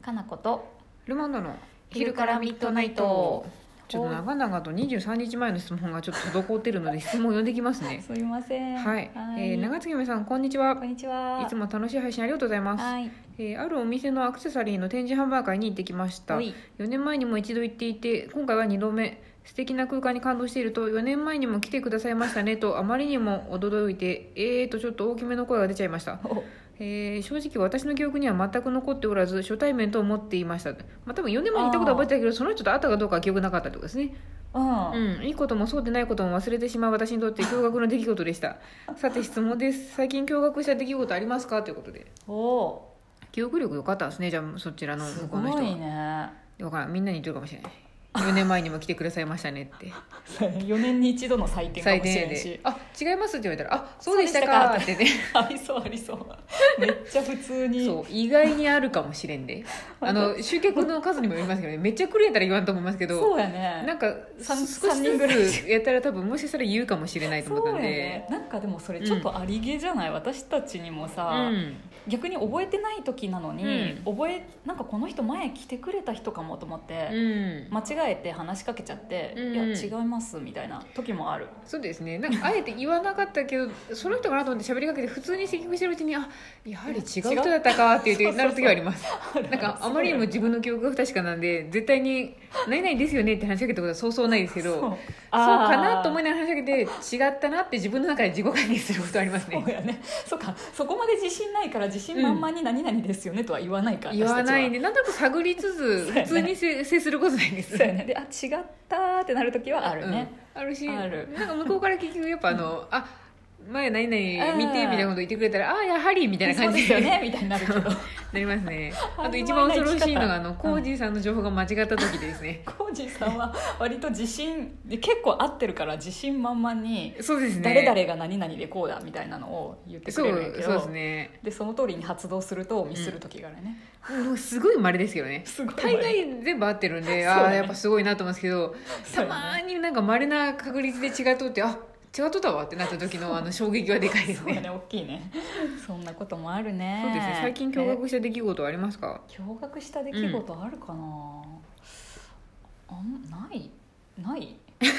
かなことルマンドの昼からミッドナイト。 ちょっと長々と23日前の質問がちょっと滞っているので質問を読んできますね。 すいません。 はい、長月めさんこんにちは。 こんにちは。 いつも楽しい配信ありがとうございます。 はい。 あるお店のアクセサリーの展示販売会に行ってきました。 おい 4年前にも一度行っていて今回は2度目。素敵な空間に感動していると4年前にも来てくださいましたねとあまりにも驚いてとちょっと大きめの声が出ちゃいました。正直私の記憶には全く残っておらず初対面と思っていました。多分4年前に行ったことは覚えてたけどその人と会ったかどうかは記憶なかったってことですね。いいこともそうでないことも忘れてしまう私にとって驚愕の出来事でした。さて質問です。最近驚愕した出来事ありますかということで。記憶力良かったですね。じゃあそちらの向こうの人は。 すごいね。 分からん、みんなに言ってるかもしれない4年前にも来てくださいましたねって 4年に一度の祭典かもしれないし、 違いますって言われたらそうでしたかってねありそうありそうめっちゃ普通にそう意外にあるかもしれんで集客の数にもよりますけどね。めっちゃ来るやったら言わんと思いますけど、 そうやね。 なんか少し人ぐらいずつやったら多分もしかしたら言うかもしれないと思ったんで、 そうやね。なんかでもそれちょっとありげじゃない、私たちにもさ、逆に覚えてない時なのに、なんかこの人前来てくれた人かもと思って、間違えて話しかけちゃって、いや違いますみたいな時もある。 そうですね。なんかあえて言わなかったけどその人かなと思って喋りかけて普通に接客してるうちにやはり違う人だったかって言ってなる時はありますなんかあまりにも自分の記憶が不確かなんで絶対に何々ですよねって話しかけたことはそうそうないですけど、そうかなと思いながら話しかけて違ったなって自分の中で自己解決することありますね。 そうやね。そうか、そこまで自信ないから自信満々に何々ですよねとは言わないから、 言わないんでなんとなく探りつつ普通に接することないんです。 そうやね。で違ったってなる時はあるね、 あるし、 ある。 なんか向こうから結局やっぱ前何々見てみたいなこと言ってくれたらやはりみたいな感じでそうですよねみたいになるけどなりますね。あと一番恐ろしいのがコージーさんの情報が間違った時ですね。 コージーさんは割と自信で結構合ってるから自信満々にそうですね、 誰々が何々でこうだみたいなのを言ってくれるんやけど、 そうですね。 でその通りに発動するとミスる時があるね、 すごい稀ですけどね。大概全部合ってるんで、やっぱすごいなと思うんですけど、たまになんか稀な確率で違っとって違っとったわってなった時の衝撃はでかいですね。 そうね、大きいね。そんなこともあるね。 そうですね。最近驚愕した出来事はありますか？ 驚愕した出来事あるかな、ないない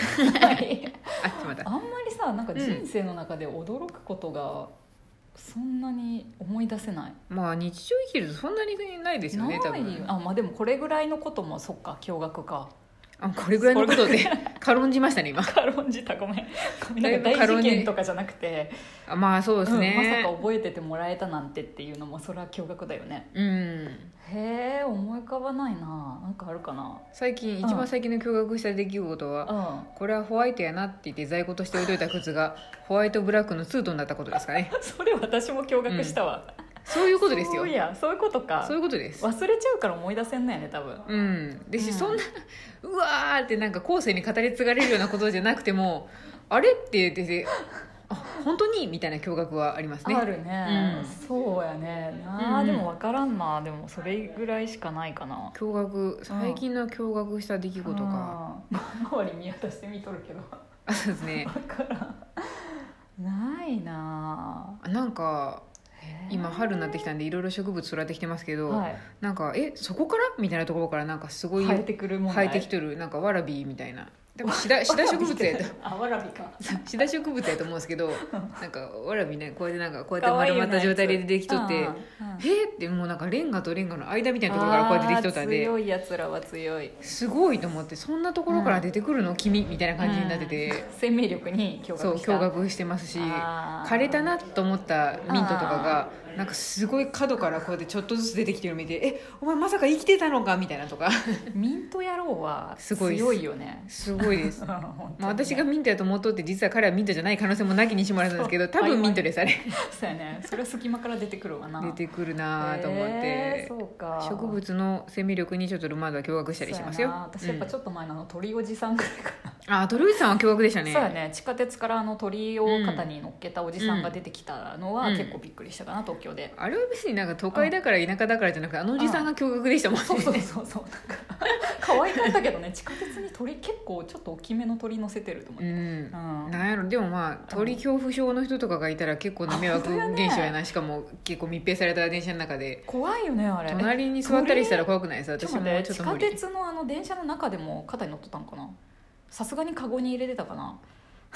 あんまりさ、なんか人生の中で驚くことがそんなに思い出せない、 日常生きるとそんなにないですよね。多分でもこれぐらいのこともそっか、驚愕か。 これぐらいのことで軽んじましたね今。 軽んじた、ごめん。なんか大事件とかじゃなくて、 そうですね、 まさか覚えててもらえたなんてっていうのもそれは驚愕だよね。へえ、思い浮かばないな。なんかあるかな。 一番最近の驚愕した出来事は、これはホワイトやなって言って在庫として置いといた靴がホワイトブラックのツートンだったことですかね。 それ私も驚愕したわ、 そういうことですよ。 そういうことか。 そういうことです。 忘れちゃうから思い出せんのやね多分。 そんなうわーってなんか後世に語り継がれるようなことじゃなくてもあれって言って本当にみたいな驚愕はありますね。 あるね、そうやね。でも分からんな。でもそれぐらいしかないかな。 最近の驚愕した出来事か。 周り見渡してみとるけどそうですね。 分からん、ないな。 なんか今春になってきたんでいろいろ植物育ってきてますけど、なんかそこからみたいなところからなんかすごい生えてくるもんね。 生えてきとるなんかわらびみたいな。でもシダ植物やとわらびかシダ植物やと思うんですけどなんかわらびね、こうやってなんかこうやって丸まった状態で出てきとってってもうなんかレンガとレンガの間みたいなところからこうやって出てきとったんで、 強いやつらは強い、 すごいと思って、そんなところから出てくるの、君みたいな感じになってて、 生命力に驚愕した。 驚愕してますし、枯れたなと思ったミントとかがなんかすごい角からこうやってちょっとずつ出てきてるの見て、お前まさか生きてたのかみたいなとか。 ミント野郎は強いよね。 すごいです。私がミントやと思っとって実は彼はミントじゃない可能性もなきにしもあらずなんですけど、多分ミントですあれ。 そうやね。それは隙間から出てくるわな。 出てくるなと思って、 そうか。 植物の生命力にちょっとルマンドは驚愕したりしますよ。 私やっぱちょっと前の鳥おじさんぐらいかな。 鳥おじさんは驚愕でしたね。 そうやね。地下鉄から鳥を肩に乗っけたおじさんが出てきたのは結構びっくりしたかな、東京で。 あれは別になんか都会だから田舎だからじゃなくて、あのおじさんが驚愕でしたもんね。 そうなんか可愛かったけどね、地下鉄に鳥結構ちょっと大きめの鳥乗せてると思って、 なんやろ、でもまあ鳥恐怖症の人とかがいたら結構な迷惑現象やな、しかも結構密閉された電車の中で怖いよねあれ。 隣に座ったりしたら怖くないです？私もちょっと無理。 地下鉄の電車の中でも肩に乗っとったんかな、さすがにカゴに入れてたかな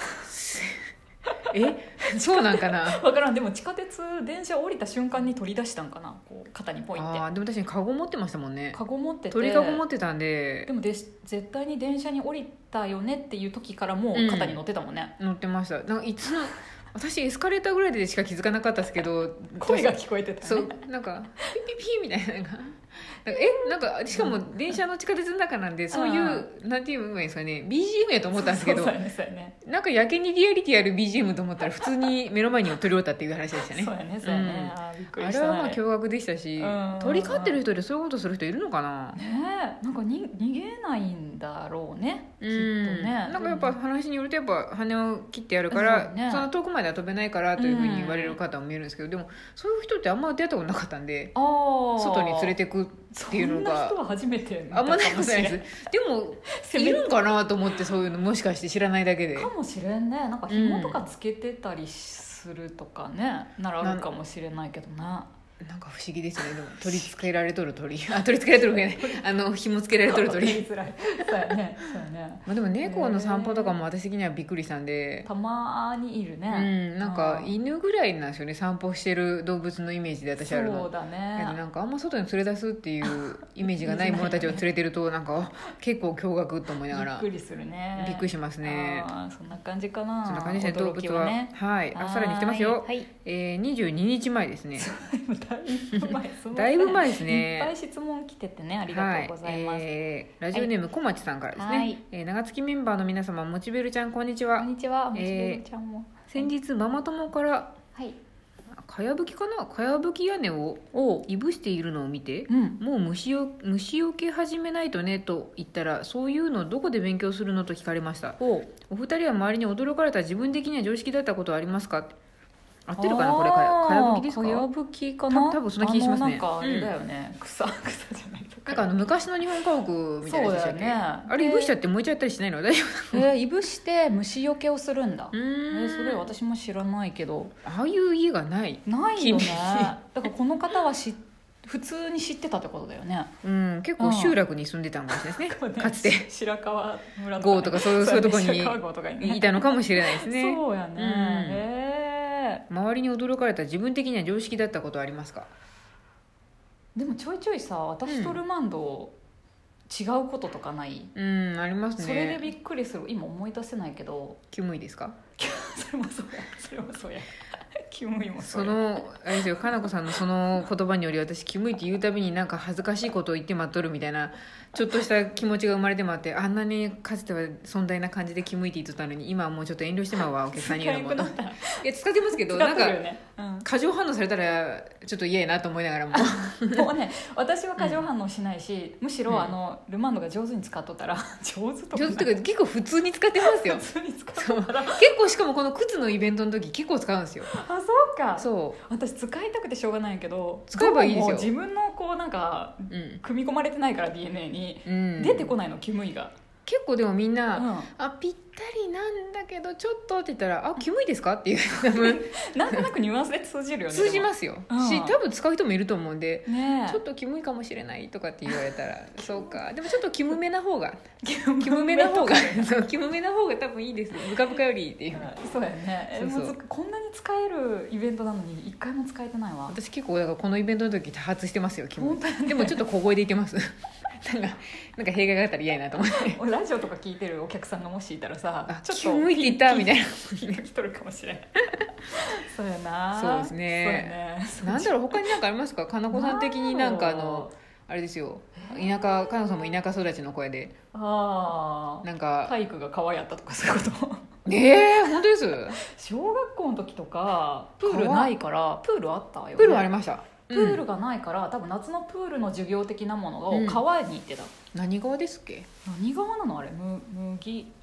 そうなんかな分からん。でも地下鉄電車降りた瞬間に取り出したんかな、こう肩にポイって。 でも確かにカゴ持ってましたもんね。 カゴ持ってて、 鳥カゴ持ってたんで。 でも絶対に電車に降りたよねっていう時からもう肩に乗ってたもんね、 乗ってました。なんかいつの私エスカレーターぐらいでしか気づかなかったですけど声が聞こえてたね。 そうなんかピピピみたいななんかしかも電車の地下鉄の中なんでそういうなんていうのがいいんですかね、 BGM やと思ったんですけど、なんかやけにリアリティある BGM と思ったら普通に目の前に鳥おったっていう話でしたね。 そうやねそうやね、びっくりした。 あれはまあ驚愕でしたし、鳥飼ってる人でそういうことする人いるのかな。 ねえ、なんか逃げないんだろうね、きっとね。 なんかやっぱ話によるとやっぱ羽を切ってやるから、その遠くまでは飛べないからというふうに言われる方も見えるんですけど、でもそういう人ってあんま出会ったことなかったんで、外に連れてくっていうのがそんな人は初めて見たあんまないかもしれないです。でもいるんかなと思って、そういうのもしかして知らないだけでかもしれんね。なんか紐とかつけてたりするとかね、ならあるかもしれないけどな。 なんか不思議ですね。でも取り付けられとる鳥取り付けられとるわけね紐付けられとる鳥そうやねそうやね。 まあでも猫の散歩とかも私的にはびっくりしたんで、 たまにいるね。 なんか犬ぐらいなんですよね、散歩してる動物のイメージで私あるの。 そうだね。 なんかあんま外に連れ出すっていうイメージがない者たちを連れてるとなんか結構驚愕と思いながらびっくりするね。 びっくりしますね。 そんな感じかな。 そんな感じですね、動物は。はい、さらに来てますよ。22日前ですね。だいぶ前ですね。 いっぱい質問来ててね、ありがとうございます。 ラジオネーム小町さんからですね。長月メンバーの皆様、もちべるちゃんこんにちは。 こんにちは、もちべるちゃんも。 先日ママ友からかやぶき屋根をいぶしているのを見て、もう虫よけ始めないとねと言ったら、そういうのどこで勉強するのと聞かれました。お二人は周りに驚かれた自分的には常識だったことはありますか？合ってるかな、これかやぶきですか？ かやぶきかな。 多分そんな気しますね。 なんかあれだよね、草じゃないとか。 なんか昔の日本家屋みたいなやつでしたっけ？あれいぶしちゃって燃えちゃったりしないの？大丈夫？ いぶして虫よけをするんだ。それ私も知らないけど。 ああいう家がないよね。だからこの方は普通に知ってたってことだよね。 結構集落に住んでたんかもしれないですね。かつて白川村郷とかそういうところにいたのかもしれないですね。 そうやね。 周りに驚かれた自分的には常識だったことはありますか？ でもちょいちょいさ、私とルマンド違うこととかない？ ありますね。 それでびっくりする。今思い出せないけど。 キムイですか？ それもそうやキムイもそうや。 あれですよ、かなこさんのその言葉により、私キムイって言うたびになんか恥ずかしいことを言って待っとるみたいなちょっとした気持ちが生まれてまって、あんなにかつては尊大な感じでキムイって言ってたのに、今はもうちょっと遠慮してまうわ、お客さんに言うのも。いや使ってますけど、なんか過剰反応されたらちょっと嫌やなと思いながらももうね、私は過剰反応しないし、むしろルマンドが上手に使っとったら上手とか結構普通に使ってますよ。 普通に使っとったら結構、しかもこの靴のイベントの時結構使うんですよ。 あ、そうか。 そう、 私使いたくてしょうがないんやけど、 使えばいいですよ。 自分のこうなんか、組み込まれてないから DNA に、出てこないの、キムイが。 結構でもみんな、ぴったりなんだけどちょっとって言ったら、キムイですかっていうなんとなくニュアンスで通じるよね。 通じますよ、し多分使う人もいると思うんで、ちょっとキムイかもしれないとかって言われたらそうか、でもちょっとキムめな方がキムめな方が多分いいです、ブカブカよりっていう。 そうやね。こんなに使えるイベントなのに一回も使えてないわ。 私結構だからこのイベントの時多発してますよ、キムイ。でもちょっと小声で言ってますなんか弊害があったら嫌やなと思ってラジオとか聞いてるお客さんがもしいたらさ、 ちょっとキムイって言ったみたいな来とるかもしれんそうやな。 そうですね。なんだろう、他に何かありますか？かなこさん的になんかあれですよ、かなこさんも田舎育ちの声で、なんか体育が川やったとかそういうこと本当です。 小学校の時とかプールないから、プールあったよね。 プールありました。 プールがないから、多分夏のプールの授業的なものを川に行ってた。 何川ですっけ？ 何川なのあれ？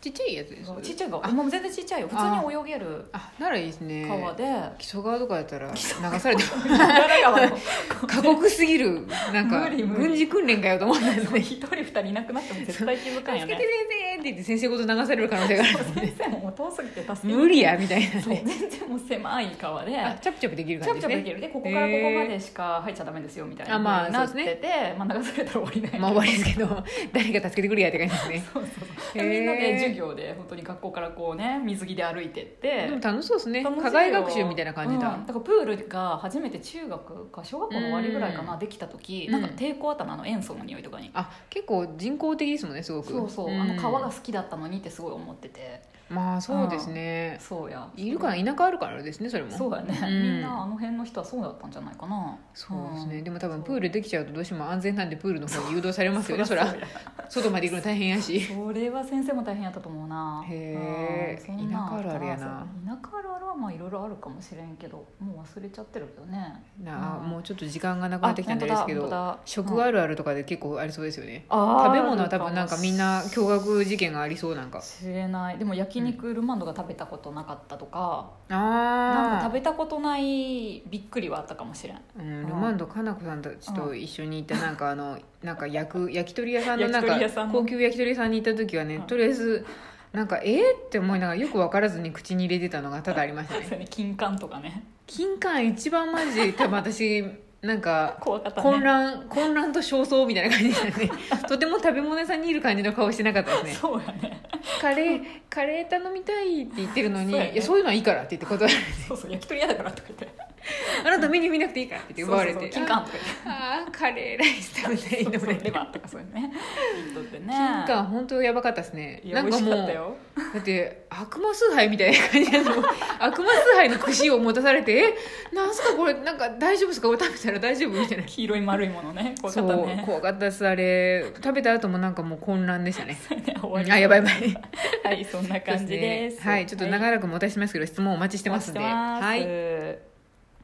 ちっちゃいやつです。 ちっちゃい川、もう全然ちっちゃいよ、普通に泳げるならいいですね。 川で、 木曽川とかだったら流されて川の過酷すぎる、なんか軍事訓練かよと思うんですね。 一人二人いなくなっても絶対気づかんよね。 助けて先生って言って先生ごと流される可能性がある。 先生も遠すぎて助けて無理やみたいなね。 全然もう狭い川でチャプチャプできる感じですね。 チャプチャプできるで、ここからここまでしか入っちゃダメですよみたいなまあなってて、まあ、流されたら終わりね。 まあ終わりですけど誰が助けてくれやって感じですね。 そうみんなで授業で本当に学校からこうね水着で歩いてって、 でも楽しそうですね。課外学習みたいな感じだ。 だからプールが初めて中学か小学校の終わりぐらいかな、できた時、なんか抵抗あったの、塩素の匂いとかに。 結構人工的ですもんね、すごく。 そう、川が好きだったのにってすごい思ってて。 まあそうですね。 そうや、 いるから田舎あるからですね、それも。 そうやね、みんなあの辺の人はそうだったんじゃないかな。 そうですね。でも多分プールできちゃうとどうしても安全なんでプールの方に誘導されますよね。そら外まで行くの大変やし。 それは先生も大変やったと思うな。 へえ、田舎あるあるやな。 田舎あるあるはまあいろいろあるかもしれんけど、もう忘れちゃってるけどね。 もうちょっと時間がなくなってきたんですけど、食あるあるとかで結構ありそうですよね。食べ物は多分なんかみんな驚愕事件がありそう。なんか知れない。でも焼肉ルマンドが食べたことなかったとか、なんか食べたことないびっくりはあったかもしれん。 ルマンドかなこさんたちと一緒に行ったなんかなんか焼き鳥屋さんのなんか高級焼き鳥屋さんに行った時はね、とりあえずなんかって思いながらよく分からずに口に入れてたのが多々ありましたね。 金柑とかね。 金柑一番マジで多分私なんか怖かったね。 混乱と焦燥みたいな感じでねとても食べ物屋さんにいる感じの顔してなかったですね。 そうやね。 カレー頼みたいって言ってるのに、いやそういうのはいいからって言って断られて、 そう焼き鳥屋だからとか言って、 あなたメニュー見なくていいからって言って奪われて、 金柑とか言って、 カレーライス食べたいのでレバーとかそういうね言っとってね。 金柑本当やばかったですね。 なんかもうだって悪魔崇拝みたいな感じで悪魔崇拝の串を持たされてなんすかこれ、なんか大丈夫ですか、これ食べたら大丈夫みたいな、 黄色い丸いものね、怖かったね。 怖かったです。あれ食べた後もなんかもう混乱でしたね。 終わり。 やばいはい、そんな感じです。 はい、ちょっと長らくもおたしますけど、質問お待ちしてますんで。 はい。